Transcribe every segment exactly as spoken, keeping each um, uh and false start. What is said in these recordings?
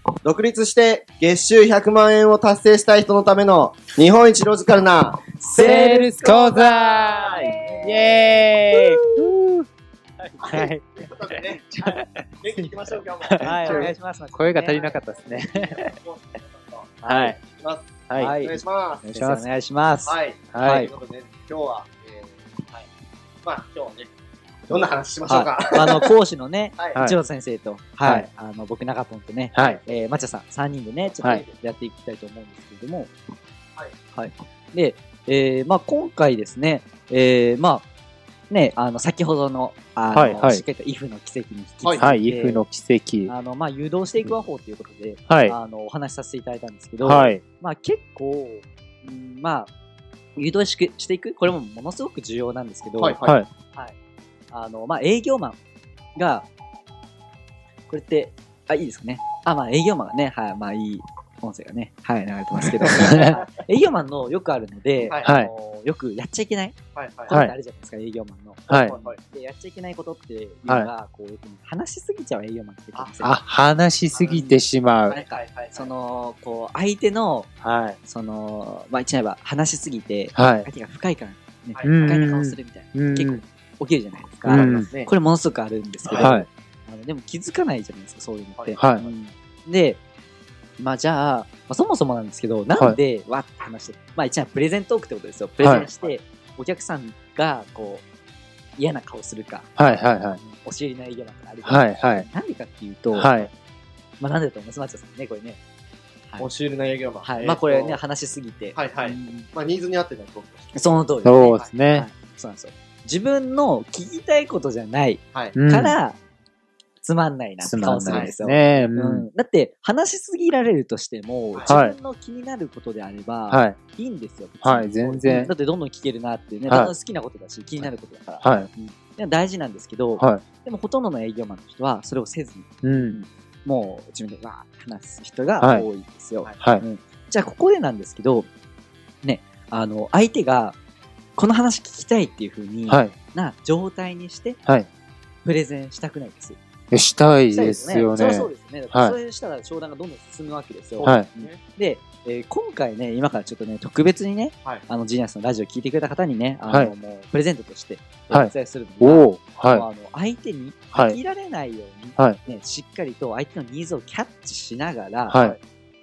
独立して月収ひゃくまんえんを達成したい人のための日本一ロジカルなセールス講座イエーイはい。 ということでね、元気にいきましょう、今日も。 はい、お願いします。 声が足りなかったですね。はい。 はい。お願いします。 お願いします。 はい。はい。ということで、今日は、えー、はい。まあ、今日はね、どんな話しましょうか。 あの、講師のね、 はい、 一郎先生と、はい、あの、僕、中ポンとね、 はい、 えー、まちゃさん、さんにんでね、ちょっとやっていきたいと思うんですけれども、はい。はい。で、えー、まあ、今回ですね、えー、まあ、ね、あの、先ほどの、あの、はいはい、しっかりと イフ の奇跡に引き続いて、はい、 イフ の奇跡。 あの、まあ、誘導していく和法ということで、 はい、 あの、お話しさせていただいたんですけど、 はい、 まあ、結構、うん、まあ、誘導ししていくこれもものすごく重要なんですけど、 はい、はい。 はい。あの、まあ、営業マンが、これって、あ、いいですかね。あ、まあ、営業マンがね、はい、まあ、いい音声がね、はい、流れてますけど、営業マンのよくあるので、はい、あのよくやっちゃいけないことってあるじゃないですか、はい、営業マンの。 はい。 で、やっちゃいけないことっていうのが、はい、こう、よく話しすぎちゃう営業マンって言うんですよ。 あ、話しすぎてしまう。 なんか、その、こう、相手の、 はい、 その、まあ、言っちゃえば話しすぎて、 はい、 相手が深いから、ね、深い顔するみたいな、結構起きるじゃないですか。 うん、 これものすごくあるんですけど、 はい、 あのでも気づかないじゃないですか、そういうのって。 はいうん、で、まあじゃあ、まあ、そもそもなんですけど、なんでわって話して、まあ一応プレゼントークってことですよ。プレゼンして、お客さんがこう嫌な顔するか、 はいはいはい。 お尻の営業マンからあるか、 はいはい。 なんでかっていうと、 はい。 まあなんでだと思います、松田さんね、これね。 お尻の営業マン。 はい。まあこれね、話しすぎて。 はいはい。まあニーズに合ってないと。 その通り。 そうですね。 そうなんですよ。自分の聞きたいことじゃないから、つまんないなって顔するんですよ。 ね、 うん。だって、話しすぎられるとしても、自分の気になることであれば、はい、いいんですよ。 はい、全然。 だってどんどん聞けるなってね、はい、好きなことだし、気になることだから。はい。うん、大事なんですけど、はい、でもほとんどの営業マンの人はそれをせずに、うん、もう自分でわーって話す人が多いんですよ。はい。うん、じゃあ、ここでなんですけど、ね、あの、相手が、この話聞きたいっていう風に、はい、な状態にして、はい、プレゼンしたくないです。 したいですよね。 そうそうですね。だからそれしたら商談がどんどん進むわけですよ。はい。で、えー、今回ね、今からちょっとね、特別にね、はい、あの、ジーニアスのラジオ聞いてくれた方にね、あの、はい、もう、プレゼントとして、お伝えするのが、はい、あの、相手に飽きられないように、はい、ね、しっかりと相手のニーズをキャッチしながら、はい、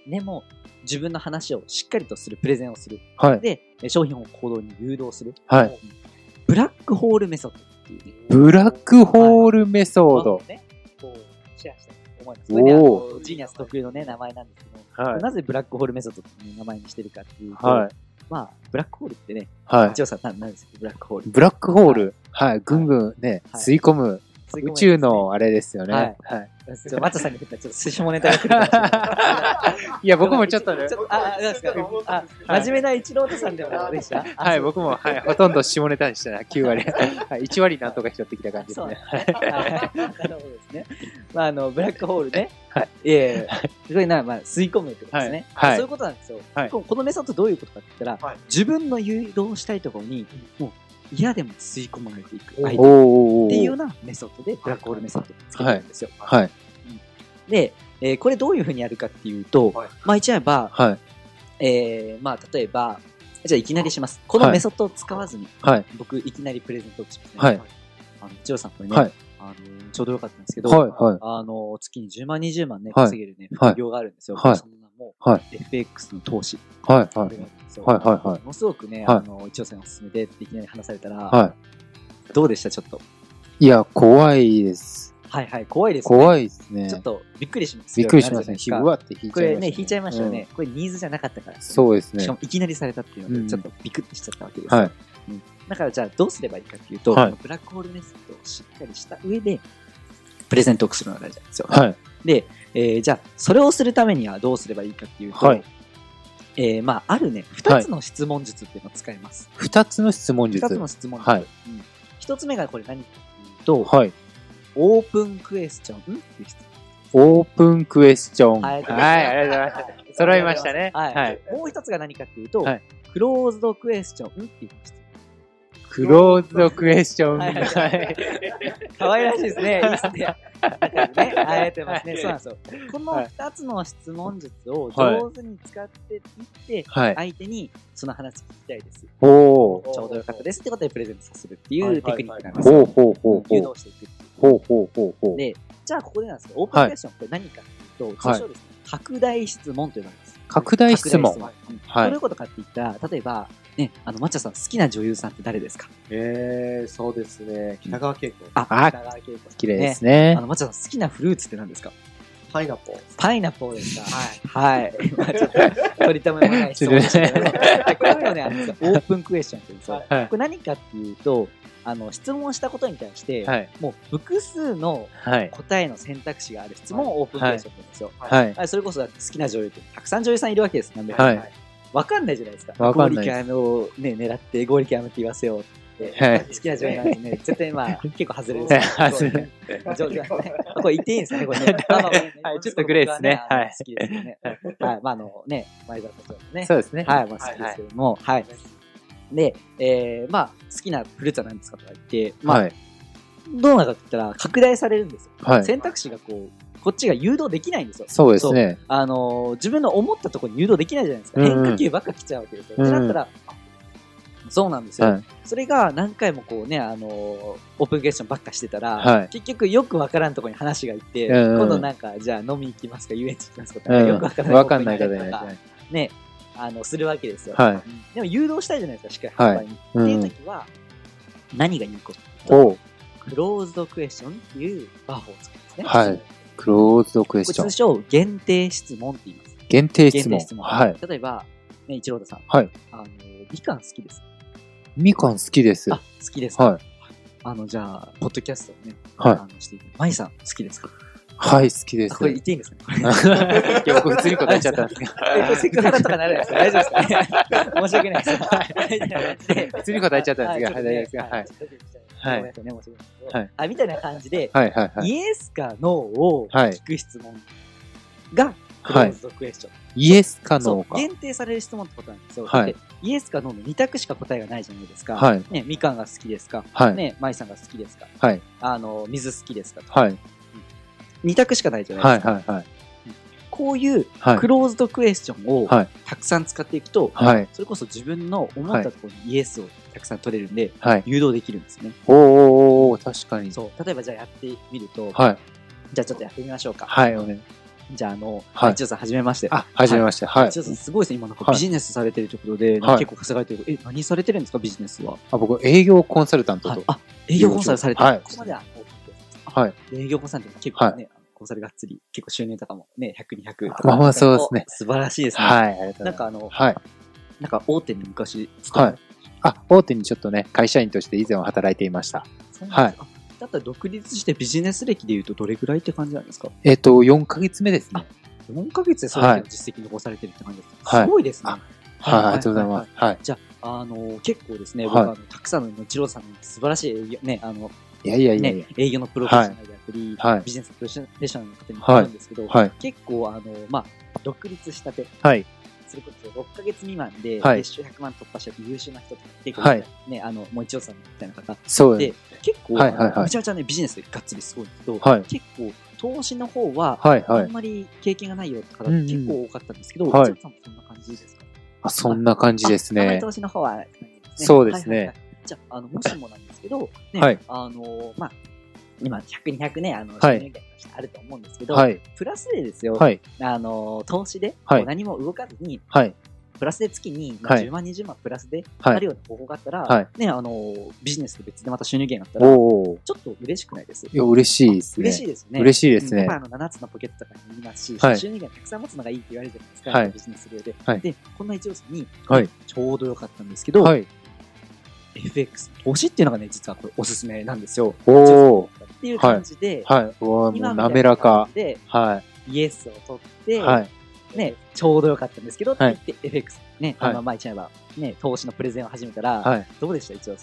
でも、自分の話をしっかりとするプレゼンをする。はい、で、商品を行動に誘導する。はい、ブラックホールメソッドっていうね。 ブラックホールメソッド。 ね、こうシェアしたいと思います。これね、あのジーニアス特有のね、名前なんですけど、はい、なぜブラックホールメソッドっていう名前にしてるかっていうと、はい、まあ、ブラックホールってね、はい、一応さん、何ですか、ブラックホール。 ブラックホール、はい、はい、ぐんぐんね、はい、吸い込む、宇宙のあれですよね。はい。はい。 ちょ、マッチョさんに言ったらちょっと下ネタが来るかもしれない。 いや、僕もちょっとね。 あ、なんですか。あ、真面目な一郎太さんでもでした？ はい、僕も、はい、ほとんど下ネタにしたらきゅうわり。はい、いちわりなんとか拾ってきた感じですね。 はい。なるほどですね。まあ、あの、ブラックホールね。はい。いえいえ、すごいな、まあ、吸い込むってことですね。はい。そういうことなんですよ。はい。このメソッドどういうことかって言ったら、自分の誘導したいところに、もう、嫌でも吸い込まれていく相手っていうようなメソッドでブラックホールメソッドをつけてるんですよ。はい。はい、で、えー、これどういうふうにやるかっていうと、はい、まあ言っちゃえば、はい、えー、まあ例えば、じゃあいきなりします。このメソッドを使わずに、はい、僕いきなりプレゼントをしますね。はい。あの、一郎さんこれね、はい、あのちょうどよかったんですけど、はいはい、あの月にじゅうまん、にじゅうまんね、稼げるね、副業があるんですよ。はい、その名も、はい、エフエックス の投資。はいはい。はいはいはい。ものすごくね、あの、一応さんおすすめで、いきなり話されたら、はい。どうでしたちょっと。 いや、怖いです。 はいはい、怖いですね。 怖いですね。 ちょっと、びっくりします。 びっくりしますね。うわって引いちゃいました。 これね、引いちゃいましたよね。これニーズじゃなかったから。 そうですね。 しかも、いきなりされたっていうので、ちょっとビクッとしちゃったわけですよ。はい。だから、じゃあ、どうすればいいかっていうと、ブラックホールメソッドをしっかりした上で、プレゼントークするのが大事なんですよ。はい。で、えじゃあ、それをするためにはどうすればいいかっていうと、はい。えー、まあ、あるね、二つの質問術っていうのを使います。 二つの質問術。 二つの質問術。はい。一つ目がこれ何かっていうと、はい。オープンクエスチョンっていう質問。オープンクエスチョン。はい、ありがとうございます。揃いましたね。 はい。もう一つが何かっていうと、クローズドクエスチョンっていう質問。 クローズドクエスチョン。 はい。可愛らしいですね。いいですね。ね、あえてますね。そうなんですよ。この二つの質問術を上手に使っていって、はい、相手にその話聞きたいです。おちょうどよかったですってことでプレゼントさせるっていうテクニックなんですよ。ほうほうほうほう。誘導していくっていう。ほうほうほうほう。で、じゃあここでなんですけど、オープンクエスチョンって何かっていうと、通称ですね、拡大質問というのがあります。拡大質問。はい。どういうことかって言ったら、例えば、ね、あの、抹茶さん好きな女優さんって誰ですか？ えー、そうですね。北川景子。 あ、北川景子。 綺麗ですね。 あの、抹茶さん好きなフルーツって何ですか？ パイナポー。 パイナポーですか？はい。はい。まあちょっと、取り留めもない質問ですけど、こういうのね、あの、オープンクエスチョンって言うんですよ。これ何かっていうと、あの、質問したことに対して、はい、もう複数の答えの選択肢がある質問をオープンクエスチョンって言うんですよ。はいはい、それこそ好きな女優ってたくさん女優さんいるわけです。なんで、はい、わかんないじゃないですか。ゴーリキャムをね、狙ってゴーリキャムって言わせようって、はい、好きな女優なんてね、絶対まあ結構外れです。外れ。上手だね。これ言っていいんですかね、これね。 はい、ちょっとグレーですね。はい。 好きですよね。はい。まああのね、前澤社長のね。 そうですね。 はい、まあ好きですけども、はい。で、えー、まあ、好きなフルーツは何ですかとか言って、まあ、はい、どうなのかって言ったら、拡大されるんですよ。はい、選択肢がこう、こっちが誘導できないんですよ。 そうですね。 あのー、自分の思ったところに誘導できないじゃないですか。うん、変化球ばっか来ちゃうわけですよ。って、うん、なったら、そうなんですよ。はい、それが何回もこうね、あのー、オープンクエスチョンばっかしてたら、はい、結局よくわからんところに話がいって、うん、今度なんか、じゃあ飲み行きますか、遊園地行きますかとか、うん、よくわからない。 わかんない方にね。あの、するわけですよ。はい。でも誘導したいじゃないですか、しっかり販売に。っていう時は、何が有効かと、クローズドクエスチョンっていうバー法を使うんですね。 はい。クローズドクエスチョン。 通称、限定質問って言います。 限定質問。限定質問。はい。 例えば、ね、一郎太さん。 はい。 あの、みかん好きです。 みかん好きです。 あ、好きですか。はい。あの、じゃあ、ポッドキャストをね、はい。あの、していて、まいさん好きですか？ はい、好きです。 これ言っていいんですかね？ いや、僕普通に答えちゃったんですけど。 セクハラとかなるんですか？大丈夫ですか？申し訳ないです。 普通に答えちゃったんですけど、はい、大丈夫ですか？はい。 はい。はい。みたいな感じで、はいはいはい。イエスかノーを聞く質問がクローズドクエスチョン。 イエスかノーか。 限定される質問ってことなんですよ。はい。イエスかノーのに択しか答えがないじゃないですか。はい。ね、みかんが好きですか？はい。ね、まいさんが好きですか？はい。あの、水好きですか？はい。に択しかないじゃないですか。はいはいはい。こういうクローズドクエスチョンをたくさん使っていくと、はい、それこそ自分の思ったところにイエスをたくさん取れるんで、はい、誘導できるんですね。 おお、確かに。 そう。例えばじゃあやってみると、はい、じゃあちょっとやってみましょうか。 はい、おね。 じゃああの、はい、一応さんはじめまして。 あ、はじめまして。はい。 一応さんすごいですね。今なんかビジネスされてるところで、はい、結構稼がれてる。え、何されてるんですかビジネスは？ あ、僕営業コンサルタントと。 あ、営業コンサルされてる。はい。ここまでははい。 営業コンサルタント結構ね。コンサルがっつり、結構収入とかもね、ひゃく、にひゃくとか。 まあまあそうですね。 素晴らしいですね。 はい、ありがとうございます。 なんかあの、はい。なんか大手に昔はい。あ、大手にちょっとね、会社員として以前は働いていました。はい。 だったら独立してビジネス歴でいうとどれぐらいって感じなんですか？ えっと、よんかげつめですね。 よんかげつでそれだけの実績残されてるって感じですか？すごいですね。 はい、ありがとうございます。はい。 じゃあ、あの、結構ですね、僕はたくさんの一郎さんの素晴らしいね、あの、 いやいやいやいや、 ね、営業のプロフェッショナルであったり、はい、ビジネスプロフェッショナルの方にもあるんですけど、はい、結構、あの、まあ、独立したて、はい、それこそろっかげつ未満で、はい、月収ひゃくまん突破した優秀な人とか結構、はい、ね、あの、もう一応さんみたいな方そうで、結構、はいはいはい、めちゃめちゃね、ビジネスでがっつりすごいんですけど、はい、結構、投資の方は、はいはい、あんまり経験がないよって方結構多かったんですけど、一応さんもそんな感じですか？ あ、そんな感じですね。 あんまり投資の方は、 そうですね。 じゃあ、あの、もしもなんですけど、ね、はい、あの、まあ、今、ひゃく、にひゃくね、あの、収入源としてあると思うんですけど、はい、プラスでですよ、はい、あの、投資で、はい、何も動かずに、はい、プラスで月に、まあ、じゅうまん、にじゅうまんプラスであるような方法があったら、はい、ね、あの、ビジネスで別でまた収入源があったら、ちょっと嬉しくないです？ いや、嬉しいですね。 嬉しいですね。 嬉しいですね。 やっぱあの、ななつのポケットとかに言いますし、はい、収入源たくさん持つのがいいって言われてるんですから、はい、ビジネス上で。はい、で、こんな一応さんに、はい、ちょうどよかったんですけど、はい、エフエックス、投資っていうのがね、実はこれおすすめなんですよ。 おー。 っていう感じで、 はい。はい、もう滑らか。 で、はい。イエスを取って、はい。ね、ちょうどよかったんですけど、って言って エフエックス、ね、あの、まあ、言っちゃえば、ね、投資のプレゼンを始めたら、はい。どうでした、一応さん。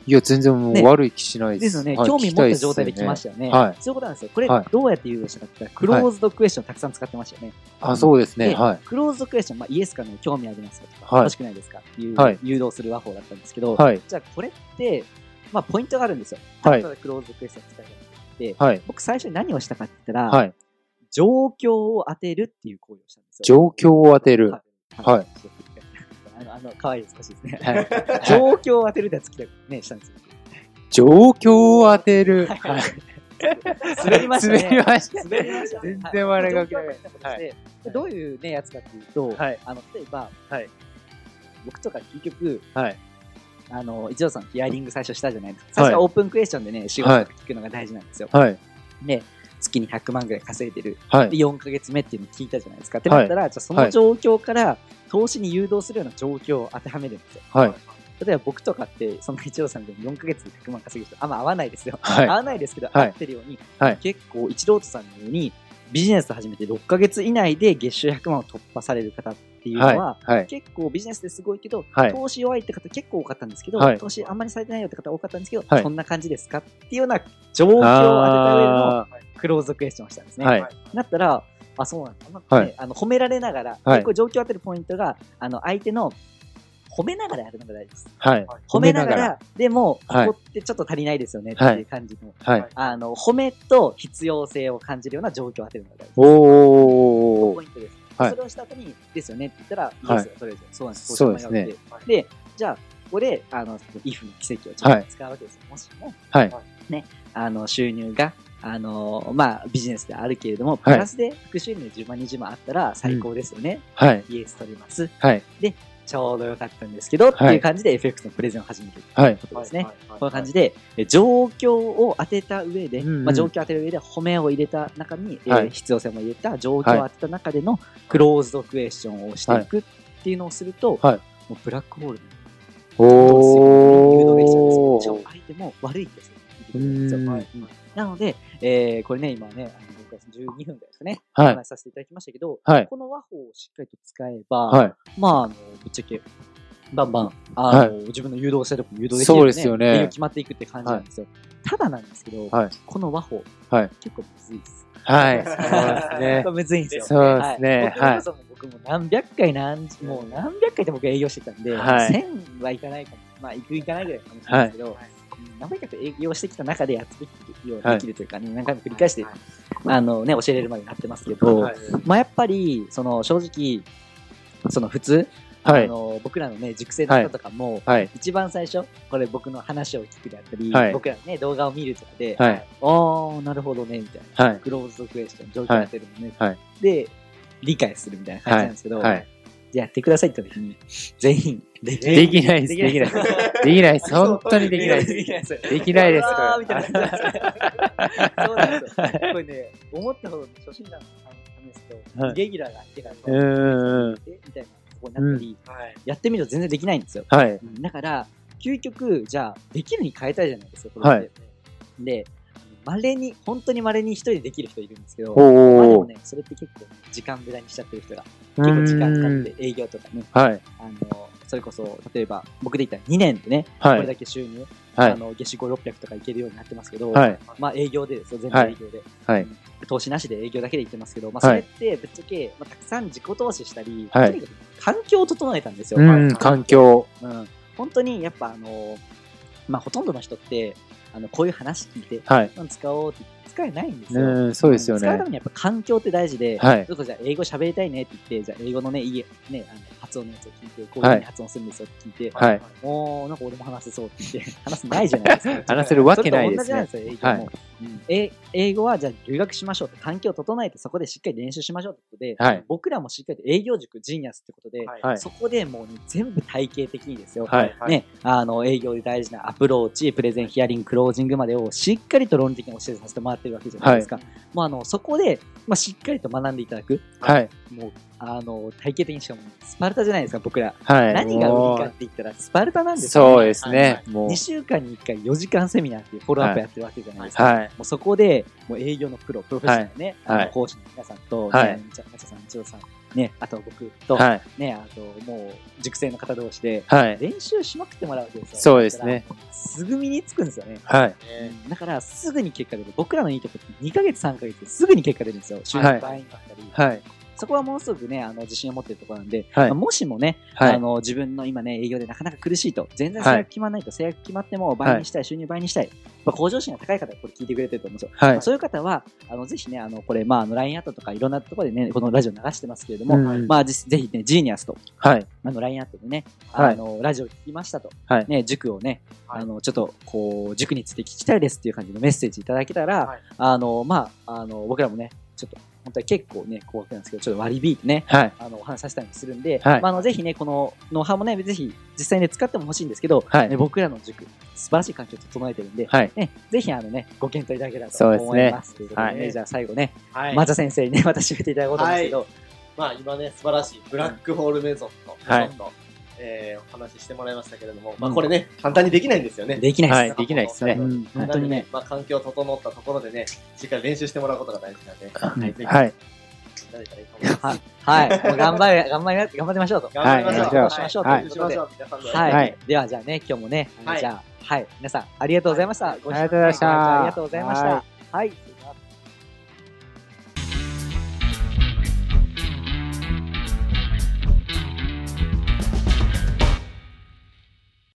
いや、全然もう悪い気しないです。 ですよね。興味持った状態で来ましたよね。はい。そういうことなんですよ。これ、どうやって誘導したかって言ったら、クローズドクエスチョンたくさん使ってましたよね。 あ、そうですね。はい。 クローズドクエスチョン、まあ、イエスかの興味ありますかとか、欲しくないですかっていう誘導する和法だったんですけど、はい。じゃあこれって、まあ、ポイントがあるんですよ。はい。ただクローズドクエスチョン使い方って、はい。僕最初に何をしたかって言ったら、はい。状況を当てるっていう行為をしたんですよ。 状況を当てる。はい。はい。 あの、あの、可愛い少しですね。はい。状況を当てるってやつね、したんですよ。 状況を当てる。はい。 滑りましたね。 滑りました。 滑りました。 全然笑いがけない。 どういうね、やつかっていうと、はい。あの、例えば、はい。僕とか結局、はい。あの、一条さんヒアリング最初したじゃないですか。最初はオープンクエスチョンでね、仕事とか聞くのが大事なんですよ。はい。で、月にひゃくまんぐらい稼いでる。はい。で、よんかげつめっていうのを聞いたじゃないですか。ってなったら、じゃあその状況から投資に誘導するような状況を当てはめるんですよ。はい。例えば僕とかって、そんな一郎さんでもよんかげつでひゃくまん稼ぐ人あんま合わないですよ。はい、合わないですけど、はい、合ってるように、はい、結構一郎さんのようにビジネス始めてろっかげつ以内で月収ひゃくまんを突破される方っていうのは、はいはい、結構ビジネスですごいけど、はい、投資弱いって方結構多かったんですけど、はい、投資あんまりされてないよって方多かったんですけど、はい、そんな感じですかっていうような状況を当てた上でのクローズドクエスチョンをしたんですね。はい、だったら、あ、そうなんだ、まあね、はい、あの褒められながら、はい、結構状況を当てるポイントが、あの相手の褒めながらやるのが大事です。はい。褒めながら、でも、ここってちょっと足りないですよねっていう感じの、はい。あの、褒めと必要性を感じるような状況を当てるのが大事です。おー。ポイントです。はい。それをした後に、ですよねって言ったら、いいですよ、とりあえず。そうなんです。 そうですね。 で、じゃあ、ここで、あの、イフの奇跡をちょっと使うわけですよ。もしも、はい。ね、あの、収入が、あのまあ、ビジネスであるけれども、プラスで副収入じゅうまん、にじゅうまんあったら最高ですよね。はい。イエス取ります。はい。で、ちょうどよかったんですけど、はい、っていう感じで エフエックス のプレゼンを始めるということですね。この感じで、状況を当てた上で、うんうん、まあ、状況を当てる上で褒めを入れた中に、はい、えー、必要性も入れた状況を当てた中でのクローズドクエスチョンをしていくっていうのをすると、はい、もうブラックホールに誘導できちゃうんですよ。相手も悪いですよ。なので、えー、これね、今ね、じゅうにふんぐらいですかね、はい、お話しさせていただきましたけど、はい、この和法をしっかりと使えば、はい、まあ、あの、ぶっちゃけ、バンバン、あの、はい、自分の誘導したいところ誘導できる、ね、 そうですよね。 決まっていくって感じなんですよ。はい、ただなんですけど、はい、この和法、はい、結構むずいです。 はい。そうですね。 むずいんですよ。 そうですね。 はい。僕も何百回何、もう何百回で僕営業してたんで、はい、せんはいかないかも。まあ、いくいかないぐらいかもしれないですけど、はい、何回かと営業してきた中でやっていくようにできるというかね、はい、何回も繰り返して、はい、あのね、教えれるまでになってますけど、はい、まあやっぱり、その正直、その普通、はい、あの僕らのね、熟成の人とかも、はい、一番最初、これ僕の話を聞くであったり、はい、僕らのね、動画を見るとかで、はい、あー、なるほどね、みたいな。はい、クローズドクエスチョン、状況当てるのね、はい、で、理解するみたいな感じなんですけど、はいはい、じゃあやってくださいって言った時に、全員、 できないです。できないです。できないです。できないです。本当にできないです。できないです。 あーみたいな感じなんですよ。そうなんですよ。これね、思ったほど初心者の試すと、イレギュラーがあってから、みたいなとこになったり、やってみると全然できないんですよ。はい。だから、究極、じゃあ、できるに変えたいじゃないですか、これって。で、稀に、本当に稀に一人でできる人いるんですけど、まあでもね、それって結構時間無駄にしちゃってる人が、結構時間かかって営業とかね、はい、あの、それこそ、例えば、僕で言ったらにねんでね、はい、これだけ収入、はい、あの、月収ごひゃく、ろっぴゃくとかいけるようになってますけど、はい、まあ営業でですよ、全部営業で、はいうん。投資なしで営業だけで言ってますけど、まあそれってぶっちゃけ、まあ、たくさん自己投資したり、はい、とにかく環境を整えたんですよ。 うん、環境。 うん。本当にやっぱあの、まあほとんどの人って、あの、こういう話聞いて、はい、使おうって使えないんですよ。 うん、そうですよね。 使うためにやっぱ環境って大事で、はい、ちょっとじゃあ英語喋りたいねって言って、じゃあ英語のね、いいね、あの発音のやつを聞いて、こういう風に発音するんですよって聞いて、はい、おー、なんか俺も話せそうって言って、話すないじゃないですか。 話せるわけないですね。 それと同じなんですよ、英語も。はいうん、え英語はじゃあ留学しましょうって、環境を整えてそこでしっかり練習しましょうってことで、はい、僕らもしっかり営業塾ジーニアスってことで、はい、そこでもう、ね、全部体系的にですよ、はい、ね、あの営業で大事なアプローチ、プレゼン、ヒアリング、クロージングまでをしっかりと論理的に教えさせてもらってるわけじゃないですか。はい、もうあのそこで、まあ、しっかりと学んでいただく。はい、もうあの体系的にしかもスパルタじゃないですか、僕ら。はい、何が売りかって言ったらスパルタなんですよ、 ね。そうですね。 もうにしゅうかんにいっかいよじかんセミナーっていうフォローアップやってるわけじゃないですか。はい、 もうそこで、もう営業のプロ、プロフェッショナルね、あの講師の皆さんと、ね、みちゃさん、みちおさん、ね、あと僕と、ね、あともう熟成の方同士で、練習しまくってもらうわけですよ。 そうですね。 すぐ身につくんですよね。 はい。 だから、すぐに結果出る。僕らのいいとこってにかげつ、さんかげつですぐに結果出るんですよ。週に倍になったり。はい。そこはものすごくね、あの、自信を持っているところなんで、はい、まあ、もしもね、はい、あの、自分の今ね、営業でなかなか苦しいと、全然制約決まらないと、はい、制約決まっても倍にしたい、収入倍にしたい、まあ、向上心が高い方がこれ聞いてくれてると思うんですよ。はい、まあ、そういう方は、あの、ぜひね、あの、これ、まあ、あの、ライン アットとかいろんなところでね、このラジオ流してますけれども、はい、まあ、ぜひね、ジーニアスと、はい、あの、ライン アットでね、あの、ラジオ聞きましたと、はい、ね、塾をね、あの、ちょっと、こう、塾について聞きたいですっていう感じのメッセージいただけたら、はい、あの、まあ、あの、僕らもね、ちょっと、本当は結構ね、高額なんですけど、ちょっと割り引いてね、はい、あの、お話しさせたりもするんで、はい、まあ、あの、ぜひね、このノウハウもね、ぜひ実際に使っても欲しいんですけど、はい、ね、僕らの塾、素晴らしい環境を整えてるんで、はい、ね、ぜひあのね、ご検討いただけたらと思います。ということでね、はい、じゃあ最後ね、はい、マザ先生にね、また締めていただこうと思うんですけど、はい、 まあ今ね、素晴らしいブラックホールメソッド、はい、えー、お話ししてもらいましたけれども、まあこれね、簡単にできないんですよね。 できないです。はい、 できないですね。 うん、本当にね。 まあ環境整ったところでね、しっかり練習してもらうことが大事なんで、はい、ぜひ。 はい。 はい。はい。頑張れ、頑張り、頑張りましょうと。 頑張りましょう。 頑張りましょう。 はい。しましょう。皆さんで。 はい。では、じゃあね、今日もね、じゃあ、はい。皆さん、ありがとうございました。 ありがとうございました。 ありがとうございました。はい。